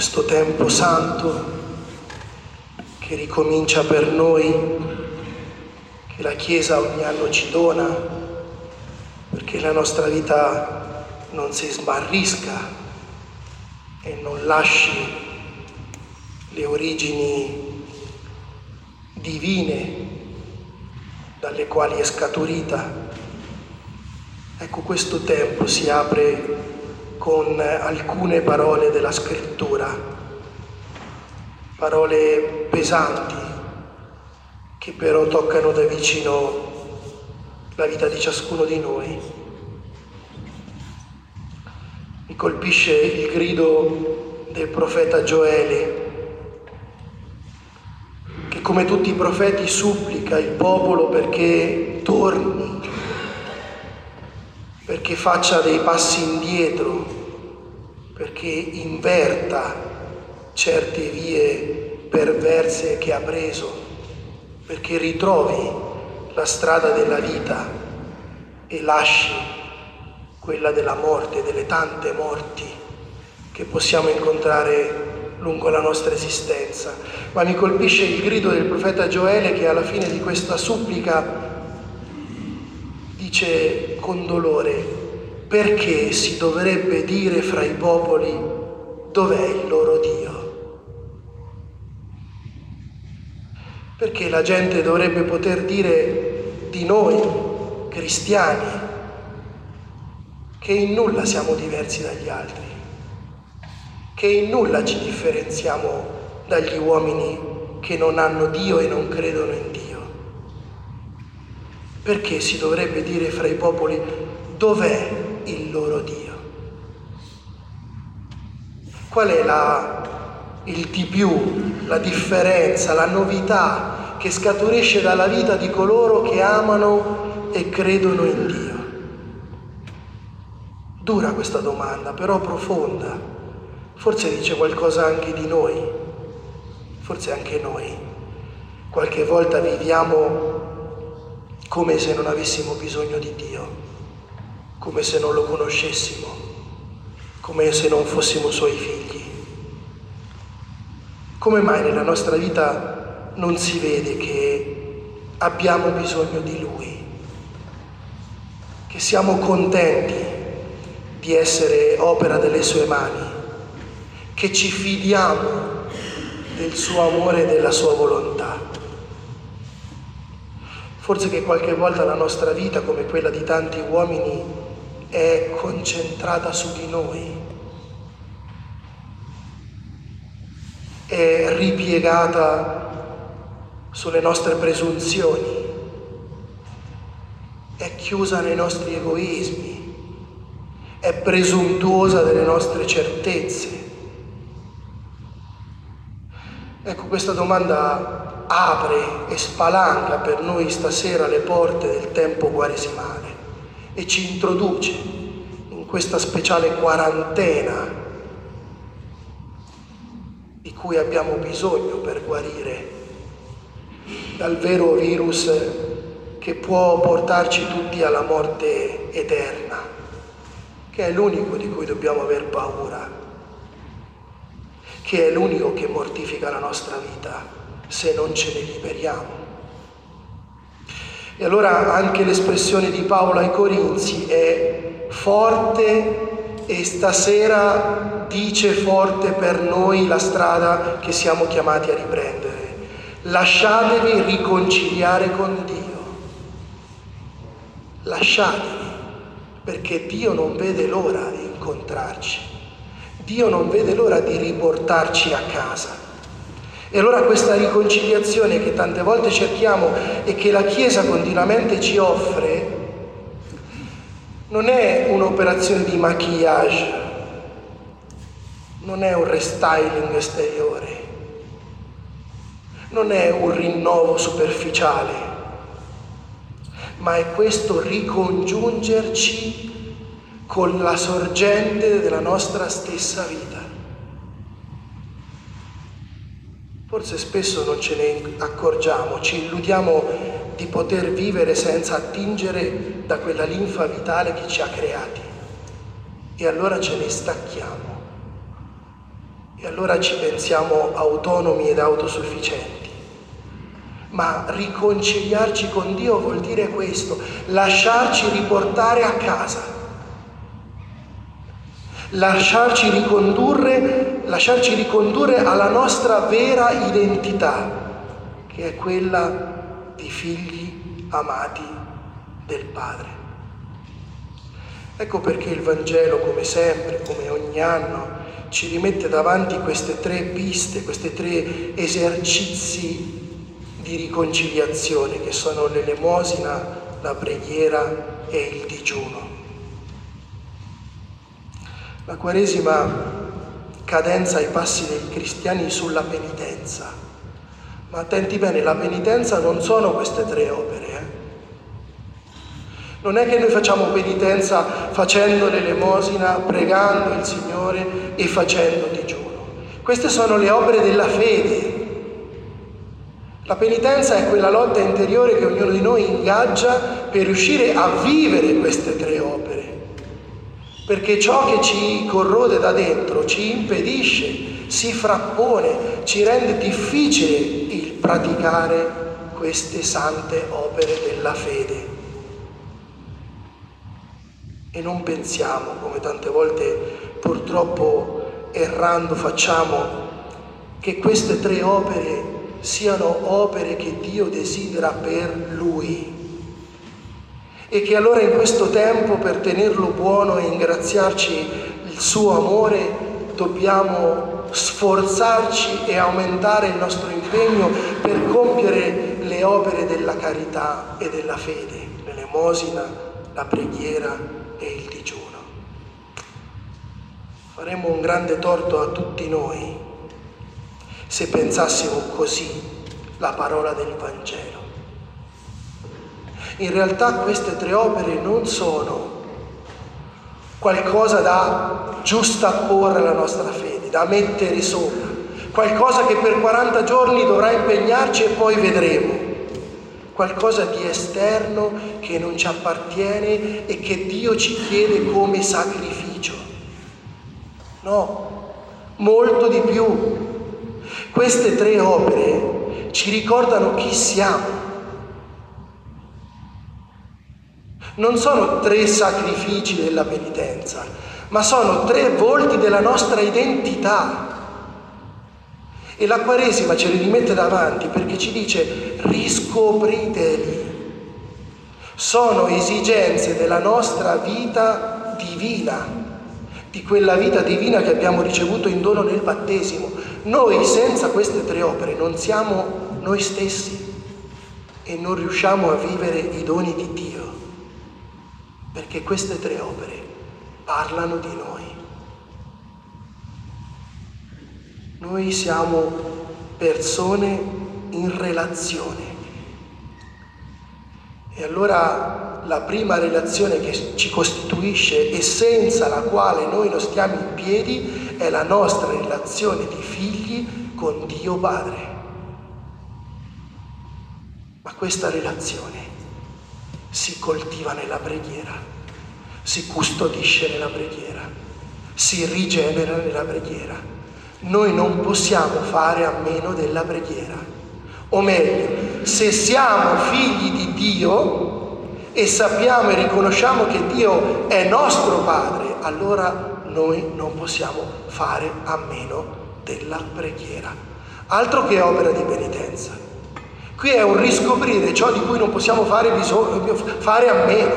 questo tempo santo che ricomincia per noi, che la Chiesa ogni anno ci dona, perché la nostra vita non si smarrisca e non lasci le origini divine dalle quali è scaturita. Ecco, questo tempo si apre con alcune parole della Scrittura, parole pesanti che però toccano da vicino la vita di ciascuno di noi. Mi colpisce il grido del profeta Gioele, che come tutti i profeti supplica il popolo perché torni, perché faccia dei passi indietro, perché inverta certe vie perverse che ha preso, perché ritrovi la strada della vita e lasci quella della morte, delle tante morti che possiamo incontrare lungo la nostra esistenza. Ma mi colpisce il grido del profeta Gioele, che alla fine di questa supplica dice con dolore: perché si dovrebbe dire fra i popoli dov'è il loro Dio? Perché la gente dovrebbe poter dire di noi, cristiani, che in nulla siamo diversi dagli altri, che in nulla ci differenziamo dagli uomini che non hanno Dio e non credono in Dio. Perché si dovrebbe dire fra i popoli dov'è il loro Dio? Qual è il di più, la differenza, la novità che scaturisce dalla vita di coloro che amano e credono in Dio? Dura questa domanda, però profonda. Forse dice qualcosa anche di noi, forse anche noi qualche volta viviamo come se non avessimo bisogno di Dio, come se non lo conoscessimo, come se non fossimo suoi figli. Come mai nella nostra vita non si vede che abbiamo bisogno di Lui, che siamo contenti di essere opera delle sue mani, che ci fidiamo del suo amore e della sua volontà? Forse che qualche volta la nostra vita, come quella di tanti uomini, è concentrata su di noi, è ripiegata sulle nostre presunzioni, è chiusa nei nostri egoismi, è presuntuosa delle nostre certezze. Ecco, questa domanda apre e spalanca per noi stasera le porte del tempo quaresimale e ci introduce in questa speciale quarantena di cui abbiamo bisogno per guarire dal vero virus che può portarci tutti alla morte eterna, che è l'unico di cui dobbiamo aver paura, che è l'unico che mortifica la nostra vita se non ce ne liberiamo. E allora anche l'espressione di Paolo ai Corinzi è forte e stasera dice forte per noi la strada che siamo chiamati a riprendere. Lasciatevi riconciliare con Dio. Lasciatevi, perché Dio non vede l'ora di incontrarci. Dio non vede l'ora di riportarci a casa. E allora questa riconciliazione che tante volte cerchiamo e che la Chiesa continuamente ci offre non è un'operazione di maquillage, non è un restyling esteriore, non è un rinnovo superficiale, ma è questo ricongiungerci con la sorgente della nostra stessa vita. Forse spesso non ce ne accorgiamo, ci illudiamo di poter vivere senza attingere da quella linfa vitale che ci ha creati, e allora ce ne stacchiamo e allora ci pensiamo autonomi ed autosufficienti. Ma riconciliarci con Dio vuol dire questo, lasciarci riportare a casa, lasciarci ricondurre alla nostra vera identità, che è quella di figli amati del Padre. Ecco perché il Vangelo, come sempre, come ogni anno, ci rimette davanti queste tre piste, questi tre esercizi di riconciliazione, che sono l'elemosina, la preghiera e il digiuno. La Quaresima cadenza i passi dei cristiani sulla penitenza, ma attenti bene, la penitenza non sono queste tre opere. Non è che noi facciamo penitenza facendo l'elemosina, pregando il Signore e facendo digiuno. Queste sono le opere della fede. La penitenza è quella lotta interiore che ognuno di noi ingaggia per riuscire a vivere queste tre opere, perché ciò che ci corrode da dentro ci impedisce, si frappone, ci rende difficile il praticare queste sante opere della fede. E non pensiamo, come tante volte purtroppo errando facciamo, che queste tre opere siano opere che Dio desidera per Lui, e che allora in questo tempo, per tenerlo buono e ingraziarci il suo amore, dobbiamo sforzarci e aumentare il nostro impegno per compiere le opere della carità e della fede, l'elemosina, la preghiera e il digiuno. Faremmo un grande torto a tutti noi se pensassimo così la parola del Vangelo. In realtà queste tre opere non sono qualcosa da giustapporre alla nostra fede, da mettere sopra, qualcosa che per 40 giorni dovrà impegnarci e poi vedremo, qualcosa di esterno che non ci appartiene e che Dio ci chiede come sacrificio. No, molto di più. Queste tre opere ci ricordano chi siamo. Non sono tre sacrifici della penitenza, ma sono tre volti della nostra identità. E la Quaresima ce li rimette davanti perché ci dice: riscopriteli. Sono esigenze della nostra vita divina, di quella vita divina che abbiamo ricevuto in dono nel battesimo. Noi senza queste tre opere non siamo noi stessi e non riusciamo a vivere i doni di Dio, perché queste tre opere parlano di noi. Noi siamo persone in relazione. E allora la prima relazione che ci costituisce e senza la quale noi non stiamo in piedi è la nostra relazione di figli con Dio Padre. Ma questa relazione si coltiva nella preghiera, si custodisce nella preghiera, si rigenera nella preghiera. Noi non possiamo fare a meno della preghiera. O meglio, se siamo figli di Dio e sappiamo e riconosciamo che Dio è nostro Padre, allora noi non possiamo fare a meno della preghiera. Altro che opera di penitenza. Qui è un riscoprire ciò di cui non possiamo fare a meno.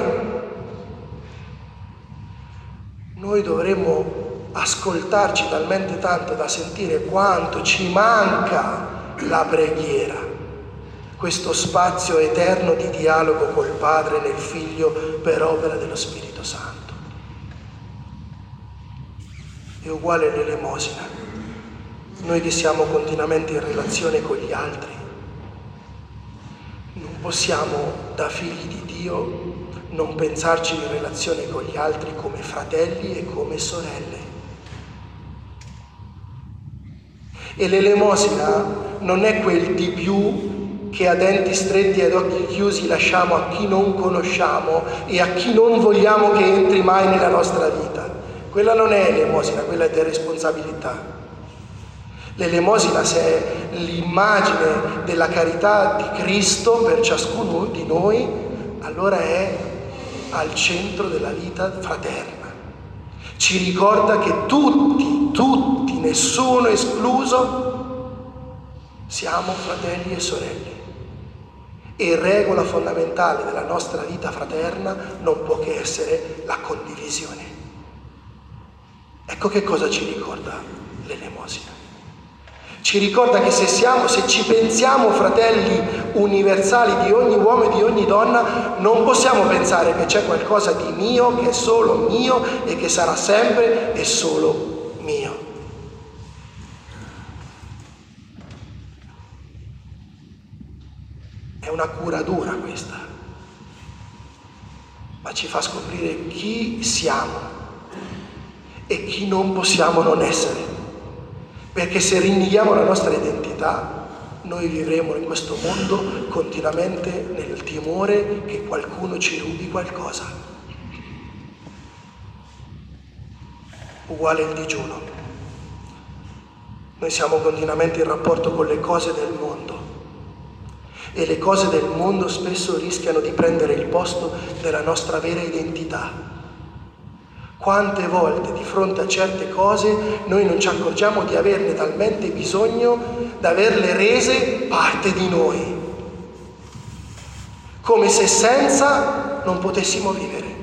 Noi dovremmo ascoltarci talmente tanto da sentire quanto ci manca la preghiera, questo spazio eterno di dialogo col Padre nel Figlio per opera dello Spirito Santo. È uguale l'elemosina. Noi che siamo continuamente in relazione con gli altri, non possiamo, da figli di Dio, non pensarci in relazione con gli altri come fratelli e come sorelle. E l'elemosina non è quel di più che a denti stretti ed occhi chiusi lasciamo a chi non conosciamo e a chi non vogliamo che entri mai nella nostra vita. Quella non è elemosina, quella è deresponsabilità. L'elemosina, se è l'immagine della carità di Cristo per ciascuno di noi, allora è al centro della vita fraterna. Ci ricorda che tutti, nessuno escluso, siamo fratelli e sorelle. E regola fondamentale della nostra vita fraterna non può che essere la condivisione. Ecco che cosa ci ricorda l'elemosina. Ci ricorda che se ci pensiamo fratelli universali di ogni uomo e di ogni donna, non possiamo pensare che c'è qualcosa di mio, che è solo mio e che sarà sempre e solo mio. È una cura dura questa, ma ci fa scoprire chi siamo e chi non possiamo non essere. Perché se rinneghiamo la nostra identità, noi vivremo in questo mondo continuamente nel timore che qualcuno ci rubi qualcosa. Uguale il digiuno. Noi siamo continuamente in rapporto con le cose del mondo e le cose del mondo spesso rischiano di prendere il posto della nostra vera identità. Quante volte di fronte a certe cose noi non ci accorgiamo di averne talmente bisogno da averle rese parte di noi, come se senza non potessimo vivere,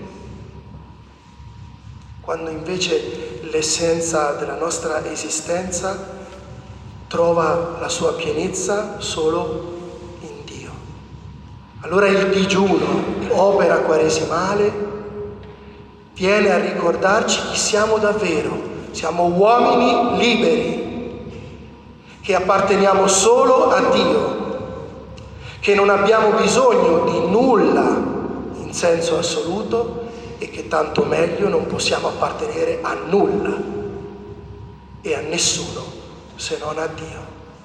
quando invece l'essenza della nostra esistenza trova la sua pienezza solo in Dio. Allora il digiuno, opera quaresimale, viene a ricordarci chi siamo davvero. Siamo uomini liberi, che apparteniamo solo a Dio, che non abbiamo bisogno di nulla in senso assoluto e che tanto meglio non possiamo appartenere a nulla e a nessuno se non a Dio.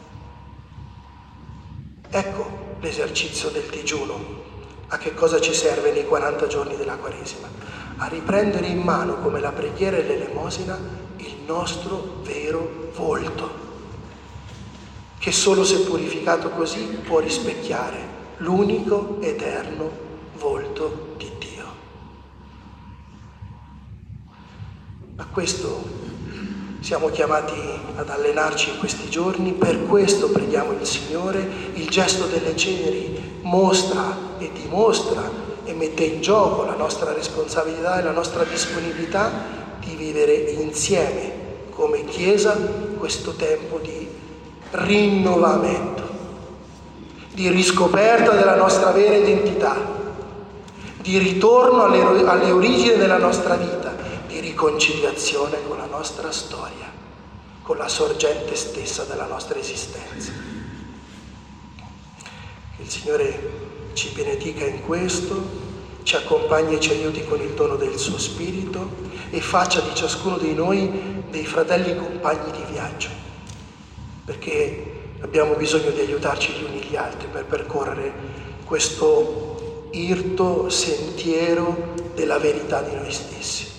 Ecco l'esercizio del digiuno. A che cosa ci serve nei 40 giorni della Quaresima? A riprendere in mano, come la preghiera e l'elemosina, il nostro vero volto, che solo se purificato così può rispecchiare l'unico eterno volto di Dio. A questo siamo chiamati ad allenarci in questi giorni, per questo preghiamo il Signore. Il gesto delle ceneri mostra e dimostra e mette in gioco la nostra responsabilità e la nostra disponibilità di vivere insieme come Chiesa questo tempo di rinnovamento, di riscoperta della nostra vera identità, di ritorno alle origini della nostra vita, di riconciliazione con la nostra storia, con la sorgente stessa della nostra esistenza. Che il Signore ci benedica in questo, ci accompagni e ci aiuti con il dono del suo Spirito e faccia di ciascuno di noi dei fratelli compagni di viaggio, perché abbiamo bisogno di aiutarci gli uni gli altri per percorrere questo irto sentiero della verità di noi stessi.